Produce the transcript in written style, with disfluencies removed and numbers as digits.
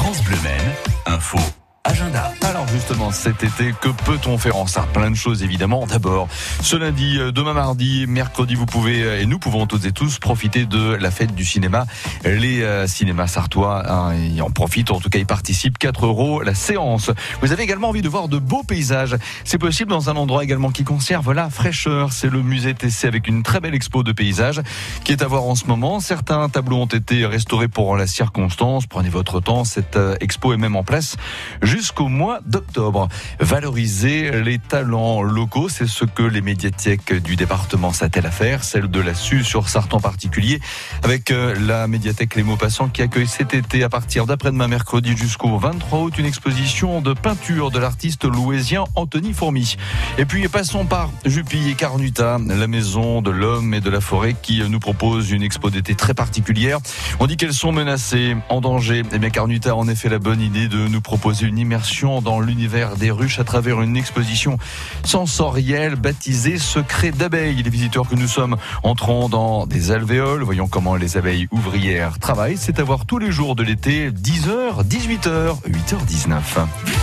France Bleu Maine, info. Agenda. Alors justement, cet été, que peut-on faire en Sarthe? Plein de choses évidemment. D'abord, ce lundi, demain mardi, mercredi, vous pouvez et nous pouvons toutes et tous profiter de la fête du cinéma. Les cinémas sartois y en profitent, en tout cas y participent. 4 € la séance. Vous avez également envie de voir de beaux paysages. C'est possible dans un endroit également qui conserve la fraîcheur. C'est le musée TC avec une très belle expo de paysages qui est à voir en ce moment. Certains tableaux ont été restaurés pour la circonstance. Prenez votre temps. Cette expo est même en place jusqu'au mois d'octobre. Valoriser les talents locaux, c'est ce que les médiathèques du département s'attellent à faire, celle de la Suze-sur-Sarthe en particulier, avec la médiathèque Les Maupassants qui accueille cet été à partir d'après-demain mercredi jusqu'au 23 août une exposition de peinture de l'artiste louésien Anthony Fourmy. Et puis passons par Jupille et Carnuta, la maison de l'homme et de la forêt qui nous propose une expo d'été très particulière. On dit qu'elles sont menacées, en danger. Et bien Carnuta a en effet la bonne idée de nous proposer une immersion dans l'univers des ruches à travers une exposition sensorielle baptisée Secrets d'abeilles. Les visiteurs que nous sommes entrons dans des alvéoles, voyons comment les abeilles ouvrières travaillent. C'est à voir tous les jours de l'été, 10h, 18h, 8h19.